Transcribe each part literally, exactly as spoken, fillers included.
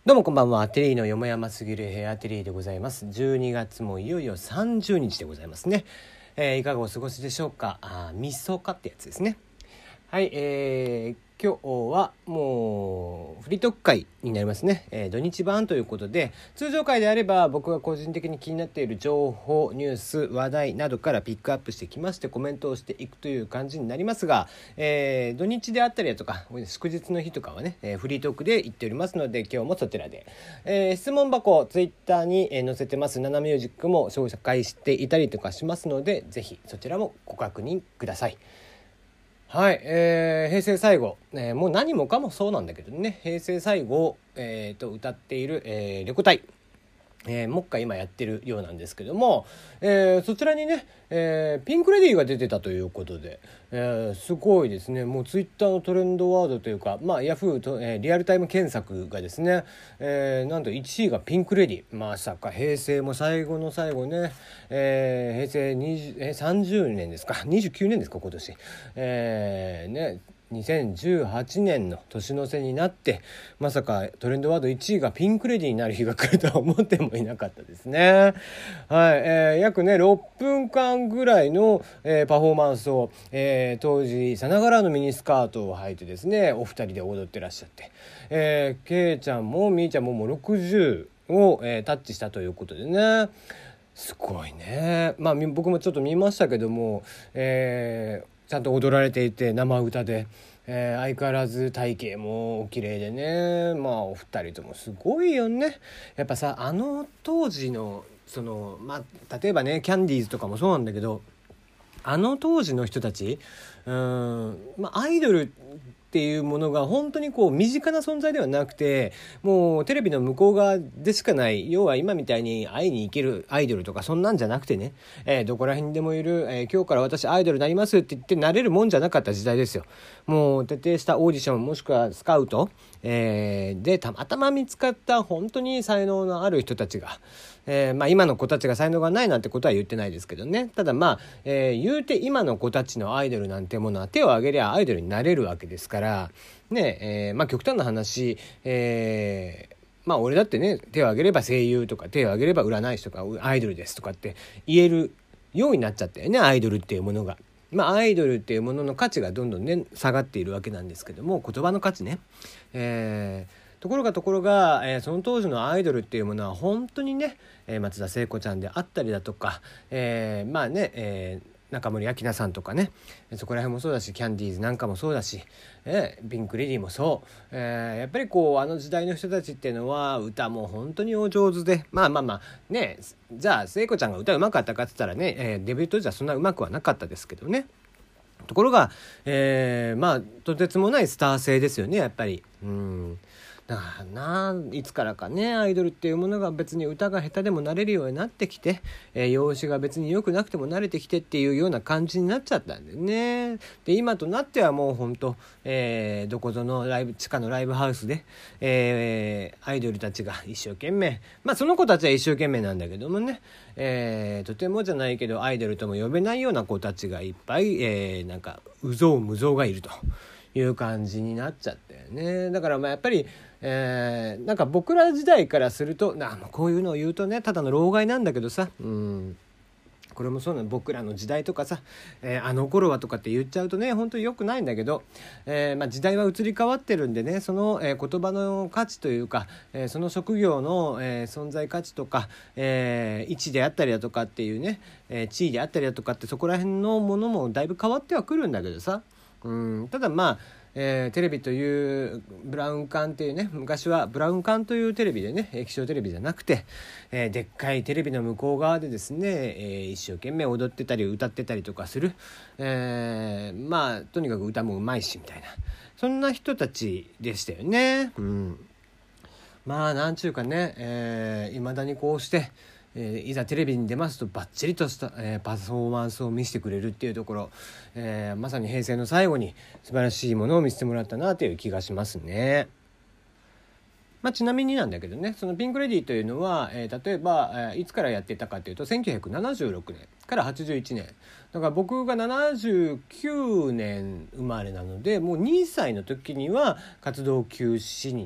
どうもこんばんは。テリーのよもやますぎるヘアテリーでございます。じゅうにがつもいよいよさんじゅうにちでございますね。えー、いかがお過ごしでしょうか。あみそかってやつですね。はい、えー、今日はもうフリートーク会になりますね、えー、土日版ということで、通常回であれば僕が個人的に気になっている情報、ニュース、話題などからピックアップしてきましてコメントをしていくという感じになりますが、えー、土日であったりだとか祝日の日とかはね、えー、フリートークで言っておりますので、今日もそちらで、えー、質問箱ツイッターに載せてますナナミュージックも紹介していたりとかしますので、ぜひそちらもご確認ください。はい、えー、平成最後、えー、もう何もかもそうなんだけどね、平成最後を、えー、と歌っている、えー、レコ大、えー、もう一回今やってるようなんですけども、えー、そちらにね、えー、ピンクレディーが出てたということで、えー、すごいですね。もうツイッターのトレンドワードというか、まあヤフーと、えー、リアルタイム検索がですね、えー、なんといちいがピンクレディー。まさか平成も最後の最後ね、えー、平成にじゅう、えー、さんじゅうねんですか、にじゅうきゅうねんですか今年、えー、ねにせんじゅうはちねんの年の瀬になって、まさかトレンドワードいちいがピンクレディーになる日が来るとは思ってもいなかったですね。はい、えー、約ねろっぷんかんぐらいの、えー、パフォーマンスを、えー、当時さながらのミニスカートを履いてですね、お二人で踊ってらっしゃって、えー、ケイちゃんもミーちゃんももうろくじゅうを、えー、タッチしたということでね、すごいね。まあ僕もちょっと見ましたけども、えーちゃんと踊られていて生歌で、えー、相変わらず体型もお綺麗でね、まあお二人ともすごいよね。やっぱさ、あの当時のそのまあ例えばねキャンディーズとかもそうなんだけど、あの当時の人たち、うーん、まあアイドルっていうものが本当にこう身近な存在ではなくて、もうテレビの向こう側でしかない、要は今みたいに会いに行けるアイドルとかそんなんじゃなくてね、えー、どこら辺にでもいる、えー、今日から私アイドルになりますって言ってなれるもんじゃなかった時代ですよ。もう徹底したオーディションもしくはスカウト、えー、でたまたま見つかった本当に才能のある人たちが、えーまあ、今の子たちが才能がないなんてことは言ってないですけどね。ただまあ、えー、言うて今の子たちのアイドルなんてものは手を挙げりゃアイドルになれるわけですからね。えー、まあ極端な話、えーまあ俺だってね、手を挙げれば声優とか手を挙げれば占い師とかアイドルですとかって言えるようになっちゃったよね、アイドルっていうものが。まあアイドルっていうものの価値がどんどんね下がっているわけなんですけども、言葉の価値ね、えーところがところが、えー、その当時のアイドルっていうものは本当にね、えー、松田聖子ちゃんであったりだとか、えー、まあね、えー中森明菜さんとかね、そこら辺もそうだし、キャンディーズなんかもそうだし、えー、ピンク・レディーもそう、えー、やっぱりこうあの時代の人たちっていうのは歌も本当にお上手で、まあまあまあね、じゃあ聖子ちゃんが歌うまかったかって言ったらね、えー、デビュー当時はそんなうまくはなかったですけどね。ところが、えー、まあとてつもないスター性ですよね、やっぱり。うんだからないつからかね、アイドルっていうものが別に歌が下手でもなれるようになってきて、えー、容姿が別に良くなくても慣れてきてっていうような感じになっちゃったんでね。で今となってはもう本当、えー、どこぞのライブ地下のライブハウスで、えー、アイドルたちが一生懸命、まあその子たちは一生懸命なんだけどもね、えー、とてもじゃないけどアイドルとも呼べないような子たちがいっぱい、えー、なんかうぞうむぞうがいるという感じになっちゃったよね。だからまあやっぱり、えー、なんか僕ら時代からするとな、こういうのを言うとねただの老害なんだけどさ、うんこれもそうなの、僕らの時代とかさ、えー、あの頃はとかって言っちゃうとね本当に良くないんだけど、えーまあ、時代は移り変わってるんでね、その、えー、言葉の価値というか、えー、その職業の、えー、存在価値とか、えー、位置であったりだとかっていうね、えー、地位であったりだとかってそこら辺のものもだいぶ変わってはくるんだけどさ、うんただまあえー、テレビというブラウン管っていうね、昔はブラウン管というテレビでね、液晶テレビじゃなくて、えー、でっかいテレビの向こう側でですね、えー、一生懸命踊ってたり歌ってたりとかする、えー、まあとにかく歌もうまいしみたいな、そんな人たちでしたよね。うんまあなんちゅうかね、えー、未だにこうしてえー、いざテレビに出ますとバッチリとした、えー、パフォーマンスを見せてくれるっていうところ、えー、まさに平成の最後に素晴らしいものを見せてもらったなという気がしますね。まあ、ちなみになんだけどね、そのピンクレディーというのは、えー、例えば、えー、いつからやってたかというとせんきゅうひゃくななじゅうろくねんからはちじゅういちねんだから僕がななじゅうきゅうねん生まれなので、もうにさいの時には活動休止になって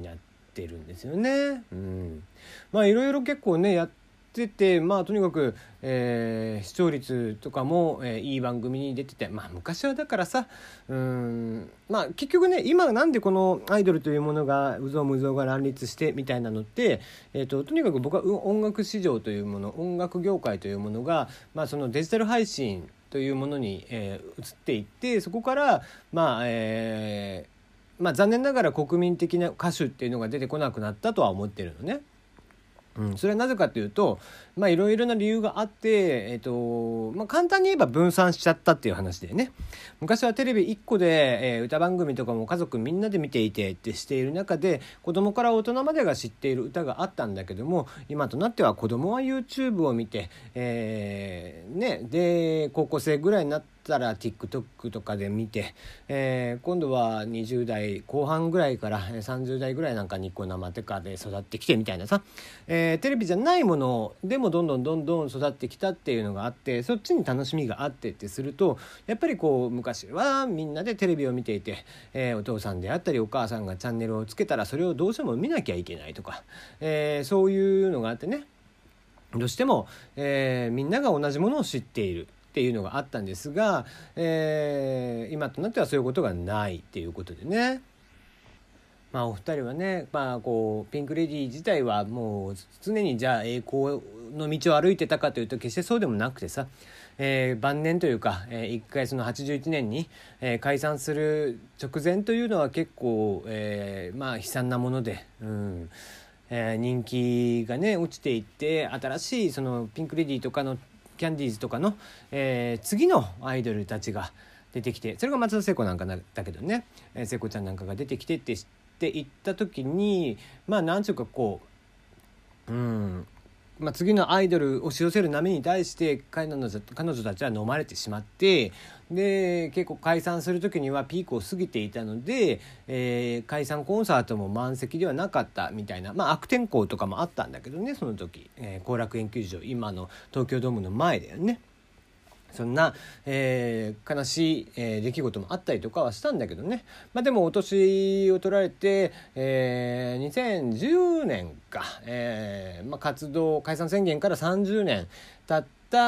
ってるんですよね。うん、まあいろいろ結構ねやってて、まあとにかく、えー、視聴率とかも、えー、いい番組に出てて、まあ昔はだからさ、うーんまあ結局ね今なんでこのアイドルというものがうぞうむぞうが乱立してみたいなのって、えー、ととにかく僕は音楽市場というもの、音楽業界というものが、まあ、そのデジタル配信というものに、えー、移っていって、そこからまあ、えーまあ、残念ながら国民的な歌手っていうのが出てこなくなったとは思ってるのね。うん、それはなぜかというと、まあいろいろな理由があって、えっとまあ、簡単に言えば分散しちゃったっていう話でね。昔はテレビいっこで、えー、歌番組とかも家族みんなで見ていてってしている中で、子供から大人までが知っている歌があったんだけども、今となっては子供は YouTube を見て、えーね、で高校生ぐらいになってたら TikTok とかで見て、えー、今度はにじゅう代後半ぐらいからさんじゅう代ぐらいなんかニコ生とかで育ってきてみたいなさ、えー、テレビじゃないものでもどんどんどんどん育ってきたっていうのがあって、そっちに楽しみがあってってすると、やっぱりこう昔はみんなでテレビを見ていて、えー、お父さんであったりお母さんがチャンネルをつけたらそれをどうしても見なきゃいけないとか、えー、そういうのがあってね、どうしても、えー、みんなが同じものを知っているっていうのがあったんですが、えー、今となってはそういうことがないっていうことでね。まあお二人はね、まあこうピンクレディー自体はもう常にじゃあ栄光の道を歩いてたかというと決してそうでもなくてさ、えー、晩年というか、えー、一回そのはちじゅういちねんに、えー、解散する直前というのは結構、えー、まあ悲惨なもので、うんえー、人気がね落ちていって、新しいそのピンクレディーとかのキャンディーズとかの、えー、次のアイドルたちが出てきて、それが松田聖子なんかだけどね、えー、聖子ちゃんなんかが出てきてってっていった時に、まあなんちゅうかこう、うんまあ、次のアイドル押し寄せる波に対して彼女彼女たちは飲まれてしまって、で結構解散する時にはピークを過ぎていたので、えー、解散コンサートも満席ではなかったみたいな、まあ、悪天候とかもあったんだけどね、その時後、えー、楽園球場、今の東京ドームの前だよね。そんな、えー、悲しい、えー、出来事もあったりとかはしたんだけどね、まあ、でもお年を取られて、えー、にせんじゅうねんか、えーまあ、活動解散宣言からさんじゅうねん経った、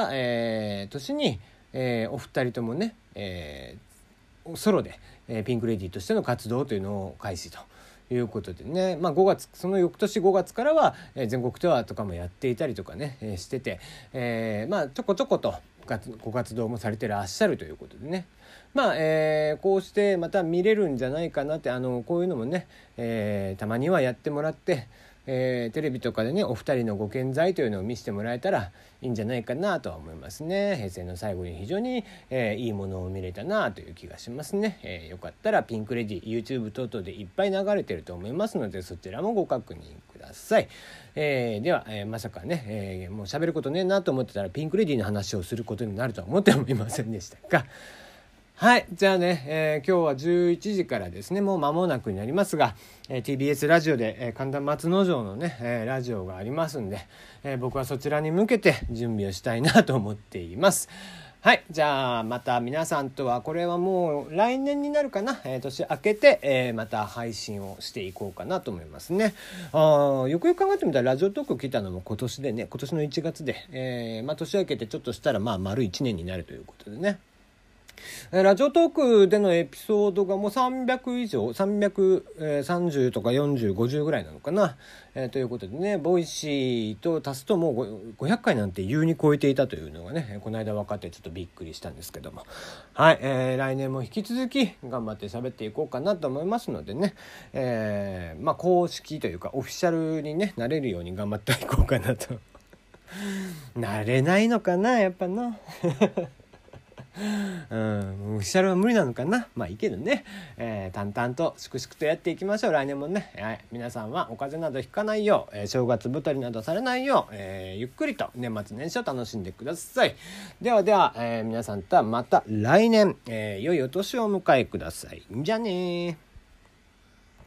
えー、年に、えー、お二人ともね、えー、ソロで、えー、ピンクレディーとしての活動というのを開始ということでね、まあ、ごがつその翌年ごがつからは、えー、全国ツアーとかもやっていたりとかね、えー、してて、えー、まあちょこちょことご活動もされてらっしゃるということでね、まあ、えー、こうしてまた見れるんじゃないかなって、あのこういうのもね、えー、たまにはやってもらって、えー、テレビとかでねお二人のご健在というのを見せてもらえたらいいんじゃないかなとは思いますね。平成の最後に非常に、えー、いいものを見れたなという気がしますね。えー、よかったらピンクレディ YouTube 等々でいっぱい流れてると思いますので、そちらもご確認ください。えー、では、えー、まさかね、えー、もう喋ることねえなと思ってたらピンクレディの話をすることになるとは思ってもいませんでしたが、はい、じゃあね、えー、今日はじゅういちじからですね、もう間もなくになりますが、えー、ティービーエス ラジオで、えー、神田松之丞のね、えー、ラジオがありますんで、えー、僕はそちらに向けて準備をしたいなと思っています。はい、じゃあまた皆さんとは、これはもう来年になるかな、えー、年明けて、えー、また配信をしていこうかなと思いますね。あよくよく考えてみたらラジオトーク来たのも今年でね、今年のいちがつで、えーまあ、年明けてちょっとしたらまあ丸いちねんになるということでね、ラジオトークでのエピソードがもうさんびゃく以上、さんびゃくさんじゅうとかよんじゅう、ごじゅうぐらいなのかな、えー、ということでね、ボイシーと足すともうごひゃっかいなんて優に超えていたというのがね、この間分かってちょっとびっくりしたんですけども、はい、えー、来年も引き続き頑張って喋っていこうかなと思いますのでね、えー、まあ公式というかオフィシャルに、ね、なれるように頑張っていこうかなとなれないのかなやっぱなうん、オフィシャルは無理なのかな。まあいいけどね、えー、淡々と粛々とやっていきましょう。来年もね、はい、皆さんはお風邪などひかないよう、えー、正月太りなどされないよう、えー、ゆっくりと年末年始を楽しんでください。ではでは、えー、皆さんとはまた来年、えー、良いお年をお迎えください。じゃあねー。